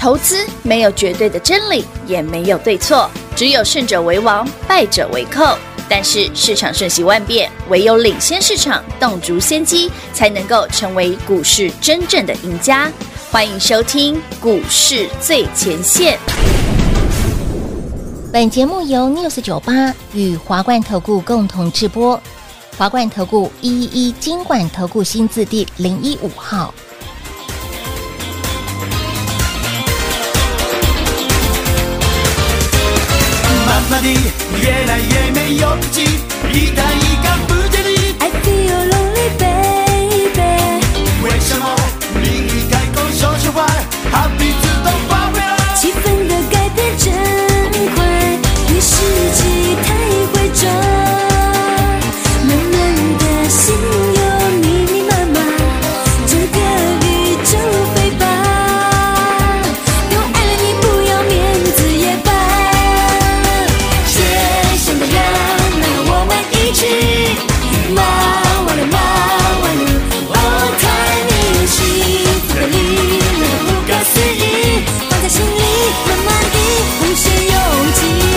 投资没有绝对的真理，也没有对错，只有胜者为王，败者为寇。但是市场瞬息万变，唯有领先市场，洞烛先机，才能够成为股市真正的赢家。欢迎收听股市最前线。 本节目由 News98 与华冠投顾共同制播，华冠投顾111金管投顾新字第015号。 慢慢地，越来越没勇气，一旦一看不见你 I feel lonely baby， 为什么你一开口说实话，好比自动发回来？ 气氛的改变真快，你世纪太会转，慢慢的心有密密麻麻，整个宇宙飞吧，有爱了你不要面子也罢，学生的人让我们一起忙完了忙完了，哦，太明幸福的力量不可思议，放在心里慢慢地无限拥挤。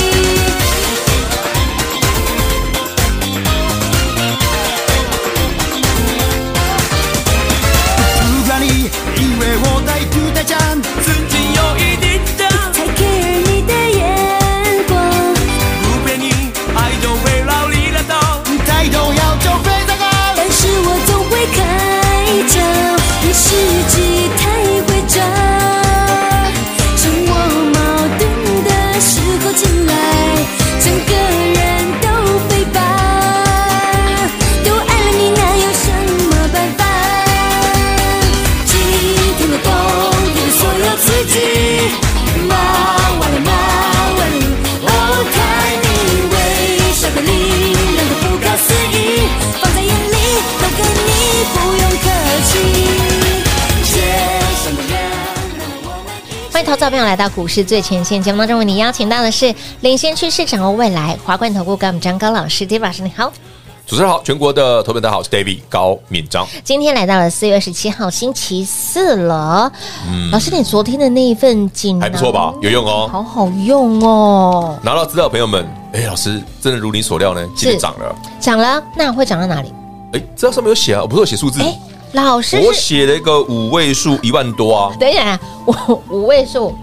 不管你以为我太酷太强，曾经有一定的才 care 你的眼光， 不骗你，爱就会绕你的道，抬头要就非常高。 但是我总会开张，你世纪太会转，趁我矛盾的时候进来，整个人都飞吧，都爱了你哪有什么办法？今天的冬天的所有刺激，忙完了忙完了，哦，看你微笑的力量都不可思议，放在眼里都跟你不用客气，学生的人让我们一起。 欢迎投资者朋友来到股市最前线节目当中，为你邀请到的是领先趋势、掌握未来华冠投顾高敏章高老师， David 老师你好。 主持人好，全国的投资者大家好，我是 David 高敏章。 今天来到了4月27号星期四了，老师你昨天的那一份锦囊还不错吧？有用哦， 好好用哦， 拿到资料的朋友们，老师真的如你所料呢，今天涨了， 涨了，那会涨到哪里？ 资料上面有写啊，我不是有写数字， 老师我写了一个5位数1万多啊， 等一下，我5位数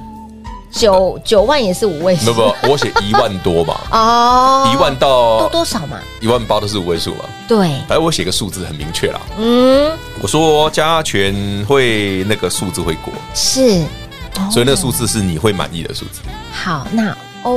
9万也是5位数， 不，我写1万多嘛， 哦， 1万到多少嘛 1万8都是5位数嘛， 对， 反正我写个数字很明确啦， 嗯， 我说加权会那个数字会过， 是， 所以那个数字是你会满意的数字。 好，那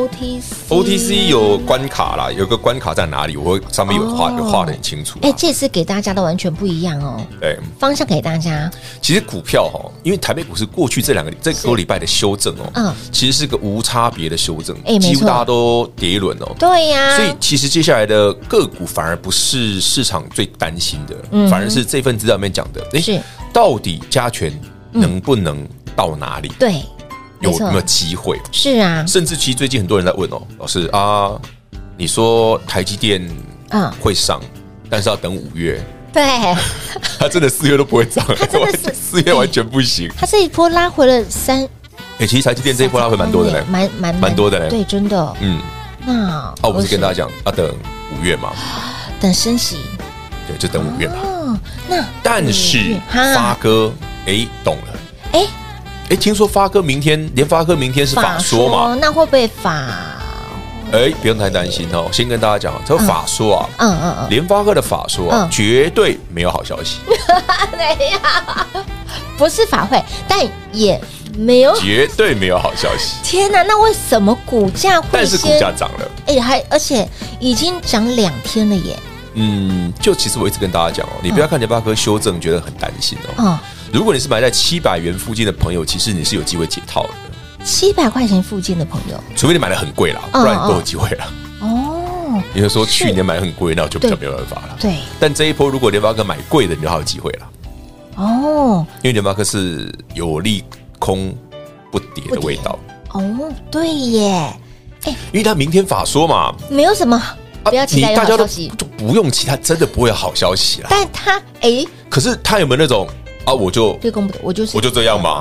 OTC 有关卡啦，有个关卡在哪里？我会上面有画得很清楚。 这次给大家的完全不一样哦。 对， 方向给大家。 其实股票因为台北股市过去这个礼拜的修正其实是个无差别的修正，几乎大家都跌一轮哦。 对呀， 所以其实接下来的个股反而不是市场最担心的，反而是这份资料里面讲的，到底加权能不能到哪里？ 对。 有没有机会？是啊， 甚至其实最近很多人在问老师啊，你说台积电会上，但是要等5月， 对， 他真的4月都不会涨，他真的是4月完全不行。 他这一波拉回了其实台积电这一波拉回蛮多的嘞，蛮多的嘞， 对，真的，那我不是跟大家讲要等5月嘛， 等升息， 对，就等5月嘛。 那但是发哥懂了，听说发哥联发科明天是法说嘛？ 那会不会不用太担心哦。先跟大家讲，这个法说联发科的法说绝对没有好消息。 没有，不是法会，但也没有， 绝对没有好消息。 天哪，那为什么股价会？ 但是股价涨了， 而且已经涨2天了耶。 就其实我一直跟大家讲你不要看联发科修正觉得很担心如果你是买在700元附近的朋友，其实你是有机会解套的。 700块钱附近的朋友， 除非你买的很贵啦，不然你都有机会啦。你就说去年买很贵，那我就比较没有办法了。 对， 但这一波如果联发科买贵的，你就还有机会了。因为联发科是有利空不跌的味道。 对耶。 因为他明天法说嘛， 没有什么。不要期待有好消息， 就不用期待，真的不会有好消息啦。 但他可是他有没有那种我就对公布的，我就这样嘛？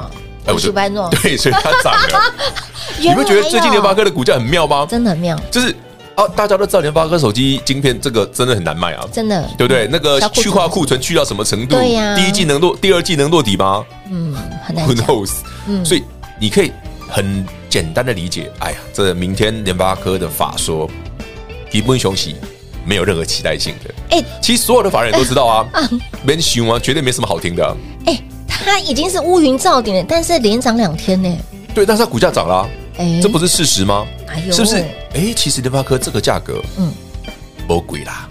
我去搬弄， 对，所以它涨了。你不觉得最近联发科的股价很妙吗？ 真的很妙， 就是大家都知道联发科手机晶片这个真的很难卖啊， 真的， 对不对？那个去化库存去到什么程度？ 对呀， 第二季能落底吗？ 很难 Who knows？所以你可以很简单的理解，哎呀，这明天联发科的法说基本雄起，没有任何期待性的。其实所有的法人都知道啊，没熊啊，绝对没什么好听的。 它已经是乌云罩顶了，但是连涨2天呢。 对，但是它股价涨了，这不是事实吗？是不是？其实联发科这个价格，不贵啦。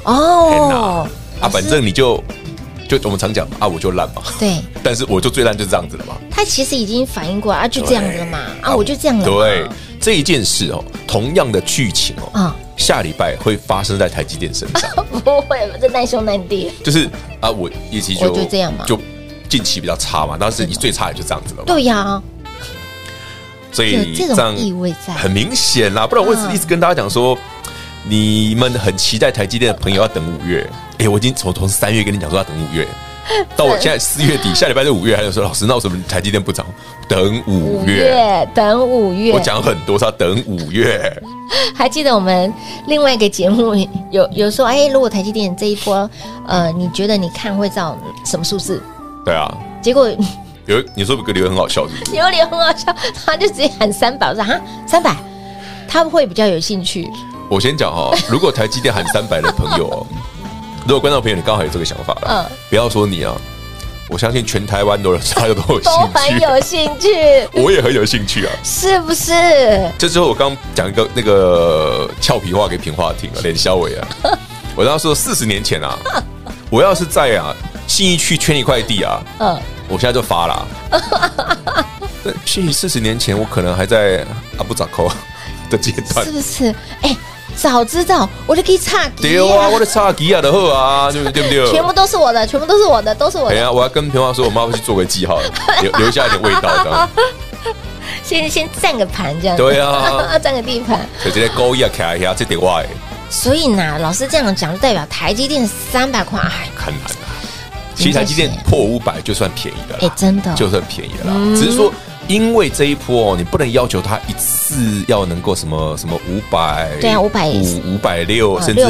反正你就我们常讲我就烂嘛。对，但是我就最烂就是这样子了嘛。 它其实已经反应过来就这样了嘛。我就这样了。 对，这一件事同样的剧情下礼拜会发生在台积电身上。 不会了，这难兄难弟。 就是我业绩就这样嘛， 就近期比较差嘛，但是你最差也就这样子了嘛。 对呀。 所以这种意味在很明显啦，不然我一直跟大家讲说，你们很期待台积电的朋友要等5月。我已经从3月跟你讲说要等5月，到我现在4月底，下礼拜就5月，还有说老师，那为什么台积电不涨？等5月， 等5月。 我讲很多是要等5月。 还记得我们另外一个节目有说，如果台积电这一波，你觉得你看会到什么数字？ 对啊， 结果。 你说有个留言很好笑，是不是？ 有留言很好笑，他就直接喊300，我说300，他会比较有兴趣。 我先讲如果台积电喊300的朋友如果观众朋友你刚好有这个想法了，不要说你我相信全台湾的人大家都有兴趣， 都很有兴趣， 我也很有兴趣啊， 是不是？ 这之后我刚讲一个那个俏皮话给平话听连肖伟我当时说40年前我要是在信义区圈一块地我现在就发了。信义40年前我可能还在阿布扎扣的阶段， 是不是？早知道我就可以插旗。 对啊，我的插旗的好啊，对不对？ 全部都是我的，全部都是我的，都是我的。 我要跟平话说，我妈会去做个记号，留下一点味道的。 先占个盘这样。 对啊， 占个地盘。 就直接勾一下这点话。 所以呢，老师这样讲，就代表台积电300块， 很难啊。其实台积电破500就算便宜的了， 真的就算便宜了。只是说，因为这一波你不能要求它一次要能够什么500， 对啊，500、 560甚至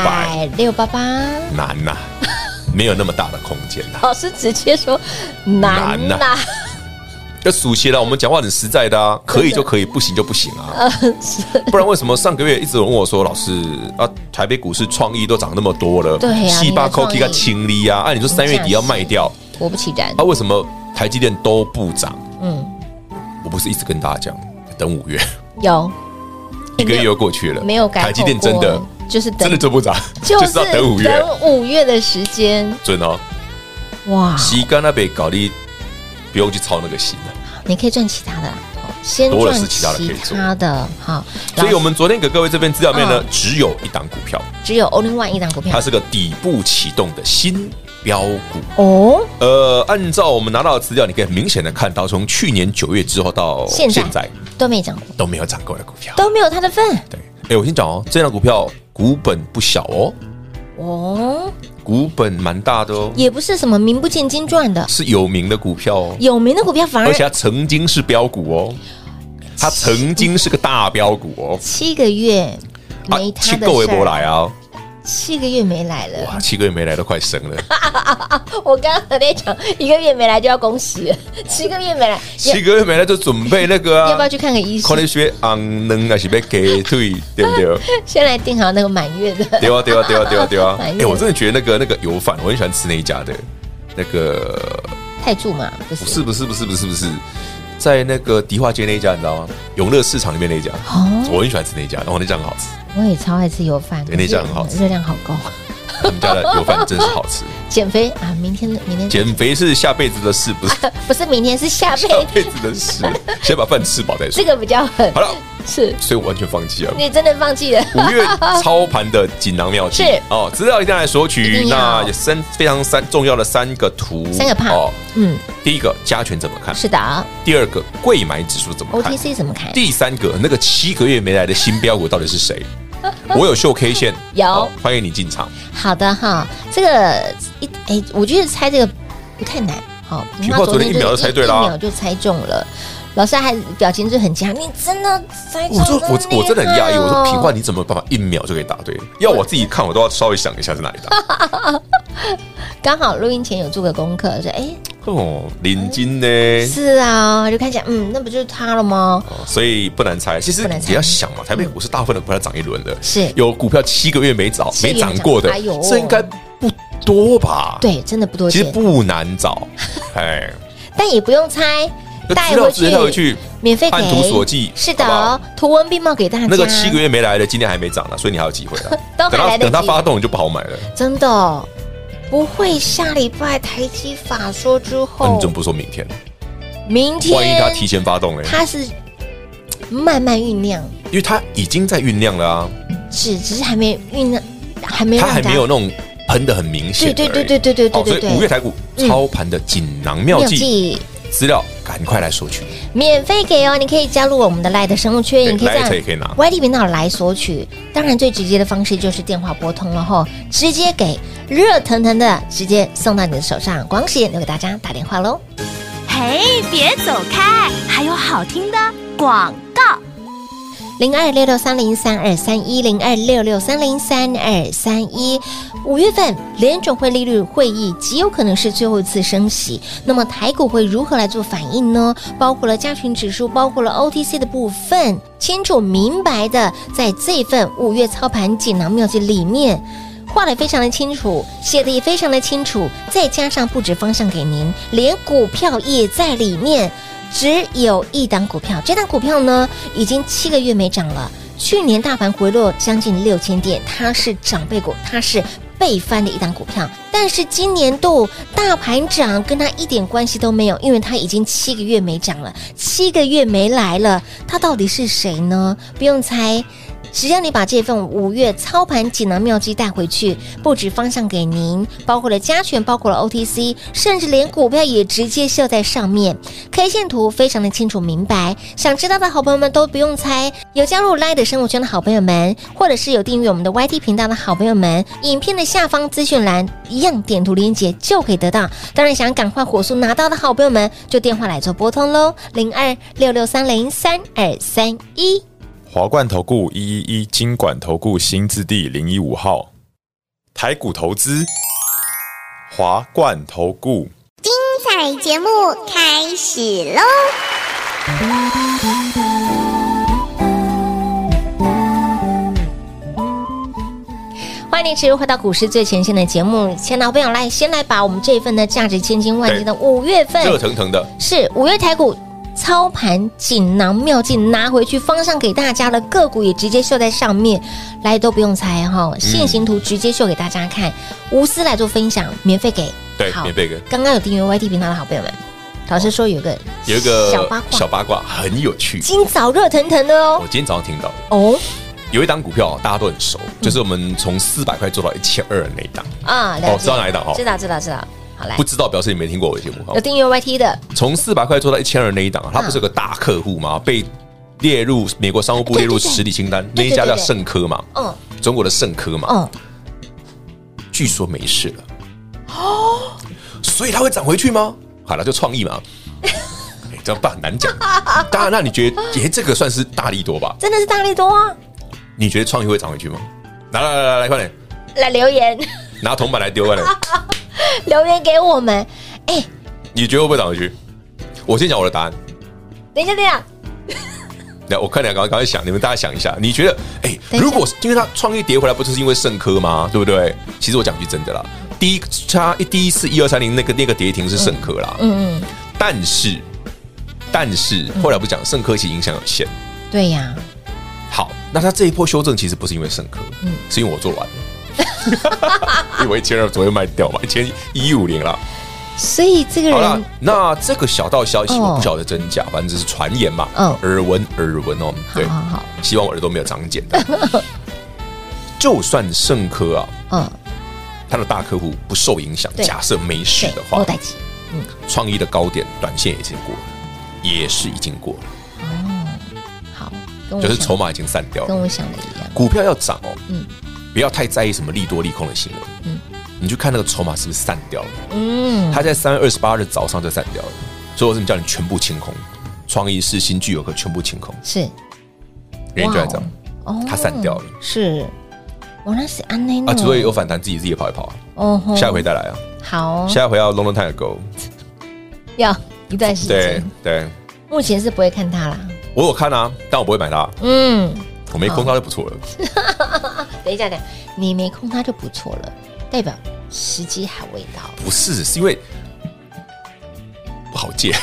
688， 难呐，没有那么大的空间呐。 老师直接说难呐。 要熟悉了，我们讲话很实在的可以就可以，不行就不行啊。不然为什么上个月一直有人问我说，老师台北股市创意都涨那么多了， 对呀 ，7-8口给它清理啊，你说3月底要卖掉， 果不其然， 为什么台积电都不涨？我不是一直跟大家讲，等5月， 有 1个月又过去了， 没有改， 台积电真的就是真的就不涨，就是要等5月， 等5月的时间， 准哦。哇，时间那边搞的。不用去操那个心了， 你可以赚其他的，先赚其他的。好， 所以我们昨天给各位这边资料面呢，只有一档股票， 只有 only one 一档股票， 它是个底部启动的新标股哦。按照我们拿到的资料，你可以很明显的看到，从去年9月之后到现在都没涨过， 都没有涨过的股票， 都没有它的份。 对，我先讲这档股票股本不小股本蛮大的也不是什么名不见经传的， 是有名的股票有名的股票反而， 而且它曾经是标股它曾经是个大标股 7个月没它的事 7个月没来 7个月没来了， 哇，7个月没来都快生了。 我刚刚和你讲，1个月没来就要恭喜了，7个月没来 ，7个月没来就准备那个要不要去看个医生？ 看你学昂能还是被给退，对不对？ 先来订好那个满月的。 对啊。我真的觉得那个油饭，我很喜欢吃那一家的，那个泰铢嘛，不是，在那个迪化街那一家，你知道吗？永乐市场里面那一家，我很喜欢吃那一家，然后那家很好吃。 我也超爱吃油饭， 对，那家很好吃， 热量好高。 他们家的油饭真是好吃。 减肥啊，明天减肥是下辈子的事， 不是明天是下辈子的事。先把饭吃饱再说。 这个比较狠。 好了， 是， 所以我完全放弃了。 你真的放弃了 ？5月操盘的锦囊妙计是资料一定要来索取。那也非常重要的3个图 ，3个part。 第一个加权怎么看？ 是的。 第二个贵买指数怎么看 ？OTC 怎么看？ 第3个那个7个月没来的新标股到底是谁？我有秀 K 线， 有， 欢迎你进场。 好的哈，这个我觉得猜这个不太难， 好， 品化昨天1秒就猜对了，1 秒就猜中了。老师还表情就很僵，你真的猜中了？ 我真的很讶异，我说品化你怎么办法1秒就可以答对？要我自己看，我都要稍微想一下是哪里答。 刚好录音前有做个功课，说领金呢？ 是啊，就看起来那不就是他了吗？ 所以不难猜。其实你要想嘛，台北股市大部分的股票涨一轮的， 是有股票7个月没涨过的，这应该不多吧？ 对，真的不多。 其实不难找，哎， 但也不用猜。 带回去， 免费给， 按图索骥。 是的，图文并茂给大家。 那个7个月没来的，今天还没涨呢，所以你还有机会了。等它发动，你就不好买了。 真的不会，下礼拜台积法说之后， 你怎么不说明天？ 明天万一它提前发动呢？ 它是慢慢酝酿， 因为它已经在酝酿了啊。 只是还没酝酿，它还没有那种喷得很明显。 对。 所以5月台股操盘的锦囊妙计。资料赶快来索取， 免费给哦！你可以加入我们的 LINE 的生物圈，你可以在可以拿 YT 频道来索取。当然，最直接的方式就是电话拨通了后，直接给热腾腾的，直接送到你的手上。光时间留给大家打电话喽！ 嘿，别走开，还有好听的广告。 0266303231，0266303231。5月份联准会利率会议极有可能是最后一次升息，那么台股会如何来做反应呢？包括了加权指数，包括了 OTC 的部分，清楚明白的在这份5月操盘锦囊妙计里面画得非常的清楚，写得也非常的清楚，再加上布置方向给您，连股票也在里面。只有一档股票，这档股票呢已经7个月没涨了。去年大盘回落将近6000点，它是长辈股，它是倍翻的一档股票。但是今年度大盘涨跟它一点关系都没有，因为它已经7个月没涨了，7个月没来了。它到底是谁呢？不用猜。只要你把这份5月操盘锦囊妙计带回去，布置方向给您，包括了加权，包括了 OTC， 甚至连股票也直接秀在上面 ，K 线图非常的清楚明白。想知道的好朋友们都不用猜，有加入 LINE 的生活圈的好朋友们，或者是有订阅我们的 YT 频道的好朋友们，影片的下方资讯栏一样点图连结就可以得到。当然，想赶快火速拿到的好朋友们，就电话来做拨通喽，0266303231。 华冠投顾111金管投顾新字第015号，台股投资，华冠投顾。 彩节目开始喽！ 欢迎你持续回到股市最前线的节目，亲爱的朋友，先来把我们这一份的价值千金万金的5月份热腾腾的， 是5月台股操盘锦囊妙计拿回去，方向给大家了，个股也直接秀在上面，来都不用猜哈，现行图直接秀给大家看，无私来做分享，免费给， 对，免费给。 刚刚有订阅 YT 频道的好朋友们，老师说有一个小八卦很有趣， 今早热腾腾的哦， 我今天早上听到的哦， 有一档股票大家都很熟，就是我们从400块做到1200那一档啊， 知道哪一档哈？ 知道。好来， 不知道表示你没听过我的节目。 有订阅 YT 的， 从400块做到1200那一档，它不是有个大客户吗？被列入美国商务部列入实体清单，那一家叫盛科嘛，中国的盛科嘛，据说没事了，所以它会涨回去吗？好了，就创意嘛，这样很难讲。当然，那你觉得，这个算是大利多吧？ 真的是大利多啊！ 你觉得创意会涨回去吗？来，快点， 来留言， 拿铜板来丢，快点。 留言给我们， 你觉得会不会涨回去？我先讲我的答案。 等一下， 来，我看你赶快想，你们大家想一下，你觉得，如果因为它创意跌回来，不就是因为盛科吗？对不对？其实我讲句真的啦，第一次1230那个跌停是盛科啦，但是后来不讲盛科其实影响有限， 对呀。 好，那它这一波修正其实不是因为盛科，是因为我做完了。因为1200左右卖掉嘛，1150了， 所以这个人好了。 那这个小道消息我不晓得真假，反正只是传言嘛，耳闻哦。对，好，希望我耳朵没有长茧的。就算盛科啊，他的大客户不受影响，假设没事的话，创意的高点短线也是已经过了。 好， 就是筹码已经散掉了， 跟我想的一样。 股票要涨不要太在意什么利多利空的新闻。 你去看那个筹码是不是散掉了？ 嗯， 它在3月28日早上就散掉了，所以我是叫你全部清空，创意、世新、聚友科全部清空， 是， 原因就在这样， 哦它散掉了。 是，哇，那是安内啊，所以有反弹，自己也跑一跑啊。 哦吼， 下一回再来啊， 好， 下一回要 long time ago， 要一段时对间， 对， 目前是不会看它啦。 我有看啊，但我不会买它， 嗯， 我没空它就不错了。 等一下，你没空它就不错了，代表时机还未到。 不是，是因为不好借，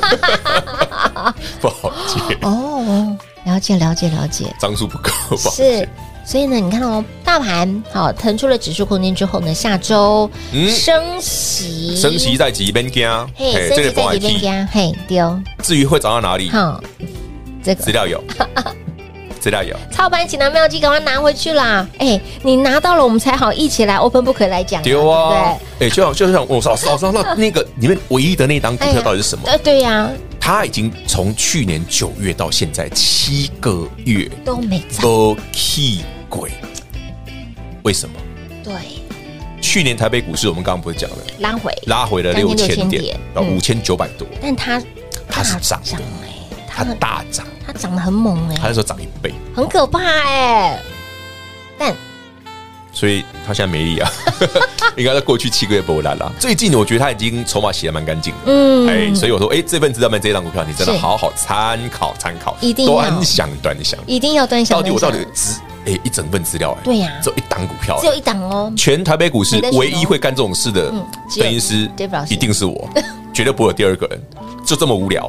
不好借， 哦，了解， 张数不够，不好是借。。 所以呢，你看哦，大盘好腾出了指数空间之后呢，下周升息， 升息在几边加， 嘿，升息在几边加，嘿，丢。 至于会涨到哪里， 好，这个资料有，资料有。 操盘锦囊妙计，赶快拿回去啦！哎，你拿到了，我们才好一起来 open book 来讲， 丢啊！ 对哎，就像我老师，那个里面唯一的那档股票到底是什么？ 对呀， 它已经从去年9月到现在7个月都没涨， 都 key 鬼，为什么？ 对， 去年台北股市我们刚刚不是讲了，拉回了6000点到5900多， 但它是涨的，它大涨， 它涨得很猛哎， 它那时候涨1倍， 很可怕哎，但所以它现在没力啊，应该在过去7个月不烂啦。最近我觉得它已经筹码洗得蛮干净的，哎，所以我说，哎，这份资料面这一档股票，你真的好好参考， 一定要端详， 一定要端详。 到底一整份资料， 对呀， 只有一档股票， 只有一档哦。 全台北股市唯一会干这种事的分析师，一定是我，绝对不会有第二个人，就这么无聊。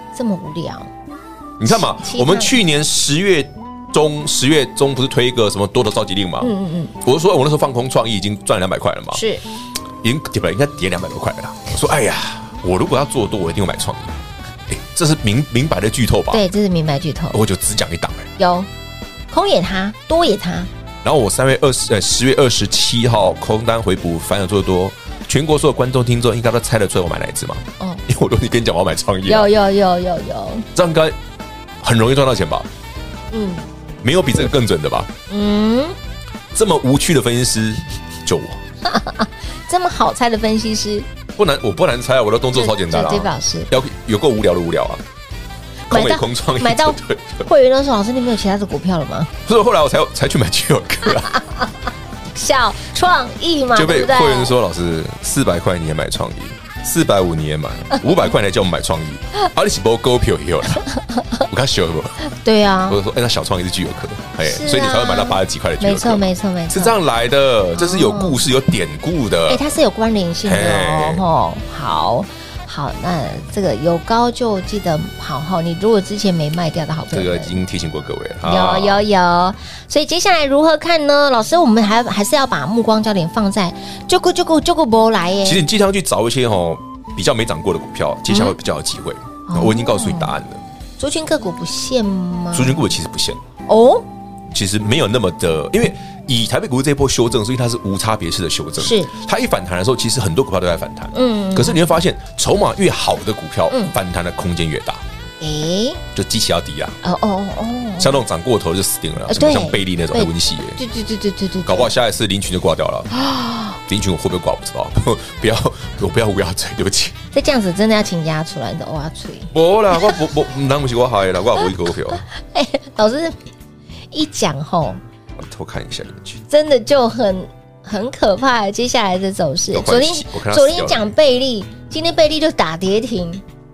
你看嘛，我们去年10月中不是推一个什么多头召集令嘛？我就说我那时候放空创意已经赚了200块了嘛， 是， 应该跌200多块了啦。我说哎呀，我如果要做多，我一定会买创意。哎，这是明白的剧透吧？ 对，这是明白剧透。 我就只讲一档有。空也它，多也它。 然后我10月27号空单回补，反而做多。全国所有观众听众应该都猜得出来我买哪一支嘛？哦，因为我都跟你讲我要买创意。 有， 这样应该很容易赚到钱吧？没有比这个更准的吧？这么无趣的分析师就我， 这么好猜的分析师我不难猜啊，我的动作超简单啊， 对表示要有够无聊的无聊啊。空创意买到会员都说：“老师，你没有其他的股票了吗？” 所以后来我才去买聚友科啊， 小创意嘛， 就被会员说：“老师，400块你也买创意，450你也买，500块你还叫我们买创意，啊，你是不股票也有了，我看小不？ 对啊， 我说，哎，那小创意是聚友科，哎，所以你才会买到80几块的聚友科， 没错， 是这样来的，这是有故事、有典故的， 哎，它是有关联性的哦，好，那这个有高就记得好，你如果之前没卖掉的好朋友， 这个已经提醒过各位了。 有，所以接下来如何看呢？老师，我们还是要把目光焦点放在就够不来耶。 其实你经常去找一些比较没涨过的股票，接下来会比较有机会。我已经告诉你答案了。 族群个股不限吗？ 族群个股其实不限哦， 其实没有那么的，因为以台北股市这一波修正，所以它是无差别式的修正。 是它一反弹的时候，其实很多股票都在反弹。可是你会发现，筹码越好的股票，反弹的空间越大。就基期要低啊。像那种涨过头就死定了，什么像贝利那种温系，对，搞不好下一次林群就挂掉了。林群我会不会挂不知道，我不要乌鸦嘴，对不起。 再这样子真的要请压出来的乌鸦嘴。 不啦，我难不起我害了，我不一个股票。 老师一讲后。 偷看一下林群， 真的就很可怕。接下来的走势，昨天讲贝利，今天贝利就打跌停。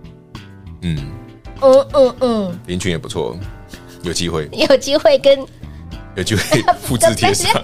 林群也不错，有机会复制贴上。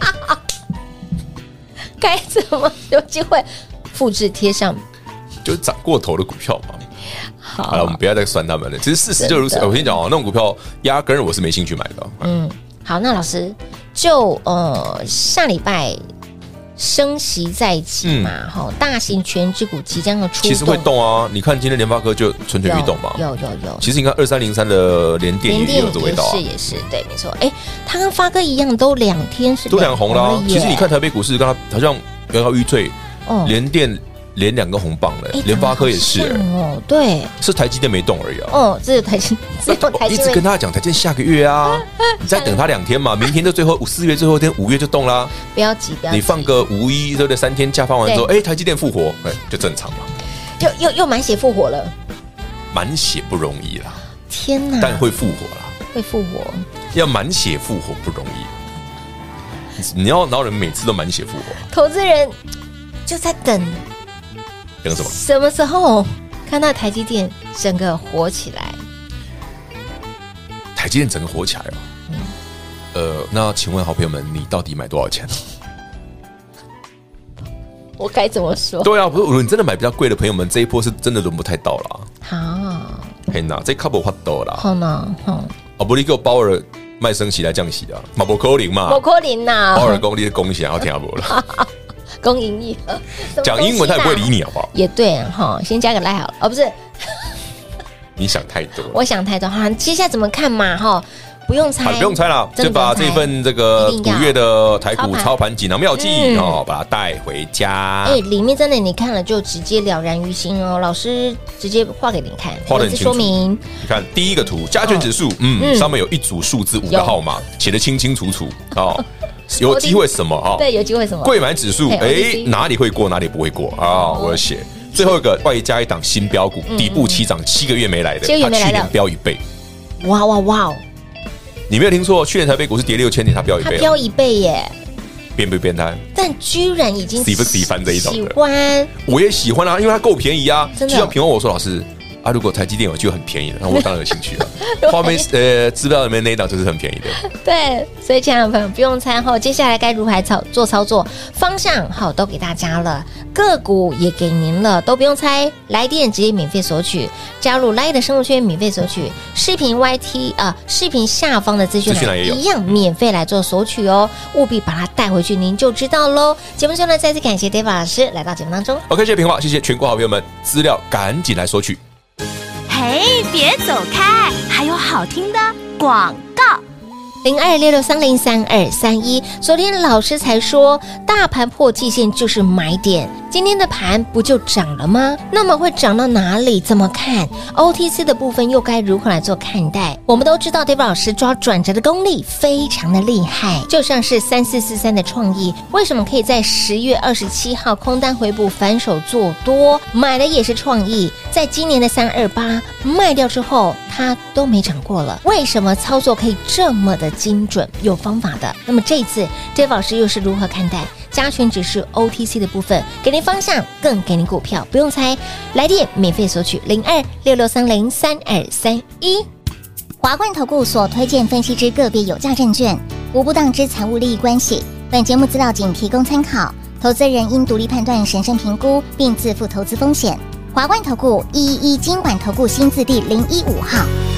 该怎么有机会复制贴上？ 就是涨过头的股票嘛。好了，我们不要再酸他们了。其实事实就如此。我跟你讲那种股票压根我是没兴趣买的。 好，那老师就下礼拜升息在即嘛，大型权值股即将要出动， 其实会动啊。你看今天联发科就蠢蠢欲动嘛， 有。 其实你看2303的联电也有这味道啊， 也是对，没错。它跟发哥一样，都2天是都两红了。其实你看台北股市，刚刚好像摇摇欲坠，联电连2根红棒了，联发科也是， 哦，对， 是台积电没动而已啊。 哦，只有台积， 一直跟他讲台积电下个月啊，你再等他2天嘛，明天就4月最后一天，5月就动啦。 不要急， 你放个5、1对不对？3天假放完之后，台积电复活，就正常嘛。 又满血复活了， 满血不容易啦， 天哪！ 但会复活啦， 会复活， 要满血复活不容易。你要哪有人每次都满血复活？ 投资人就在等什么？ 什么时候看到台积电整个火起来？ 台积电整个火起来哦。那请问好朋友们，你到底买多少钱？ 我该怎么说？ 对啊，如果你真的买比较贵的朋友们，这一波是真的轮不太到了。 好， 嘿呐，这卡不发到啦。 好呢， 不，你给我鲍尔卖升息来降息啊？嘛不可能嘛？ 不可能呐！ 鲍尔公你的贡献要听不了。 公营义讲英文他也不会理你，好不好？ 也对哈，先加个赖好了。哦，不是， 你想太多了。 我想太多哈。接下来怎么看嘛？哈。不用猜， 不用猜了，就把这份这个5月的台股操盘锦囊妙计把它带回家。 里面真的你看了就直接了然于心哦。老师直接画给你看， 画得很清楚。 说明， 你看第一个图，加权指数，上面有一组数字，5个号码，写得清清楚楚哦。有机会什么啊？ 对，有机会什么？ 贵买指数，哪里会过，哪里不会过啊？我要写最后一个，外加一档新标股，底部起涨7个月没来的，它去年飙1倍。 哇哇哇！ 你没有听错，去年台北股市跌6000点，它飙1倍， 它飙1倍耶， 变不变态？ 但居然已经喜欢这一种的， 喜欢， 我也喜欢啊，因为它够便宜啊。 真的， 就像评论我说，老师啊，如果台积电有就很便宜的，那我当然有兴趣了。画面资料里面那一档就是很便宜的。 对，所以亲爱的朋友不用猜后，接下来该如何做操作，方向好都给大家了，个股也给您了，都不用猜，来电直接免费索取，加入 LINE 的生活圈免费索取，视频 YT 视频下方的资讯栏一样免费来做索取哦，务必把它带回去，您就知道喽。节目中呢，再次感谢 David 老师来到节目当中。 OK， 谢谢平华，谢谢全国好朋友们，资料赶紧来索取。 嘿，别走开，还有好听的广告。 0266303231，昨天老师才说大盘破季线就是买点，今天的盘不就涨了吗？那么会涨到哪里？怎么看 OTC 的部分又该如何来做看待？我们都知道 David 老师抓转折的功力非常的厉害，就像是3443的创意，为什么可以在10月27号空单回补反手做多？买的也是创意，在今年的328卖掉之后，它都没涨过了，为什么操作可以这么的精准有方法的？那么这一次 David 老师又是如何看待加权指数 OTC 的部分？给您方向，更给您股票，不用猜，来电免费索取0266303231。 华冠投顾所推荐分析之个别有价证券，无不当之财务利益关系。本节目资料仅提供参考，投资人应独立判断、审慎评估，并自负投资风险。华冠投顾111金管投顾新字第015号。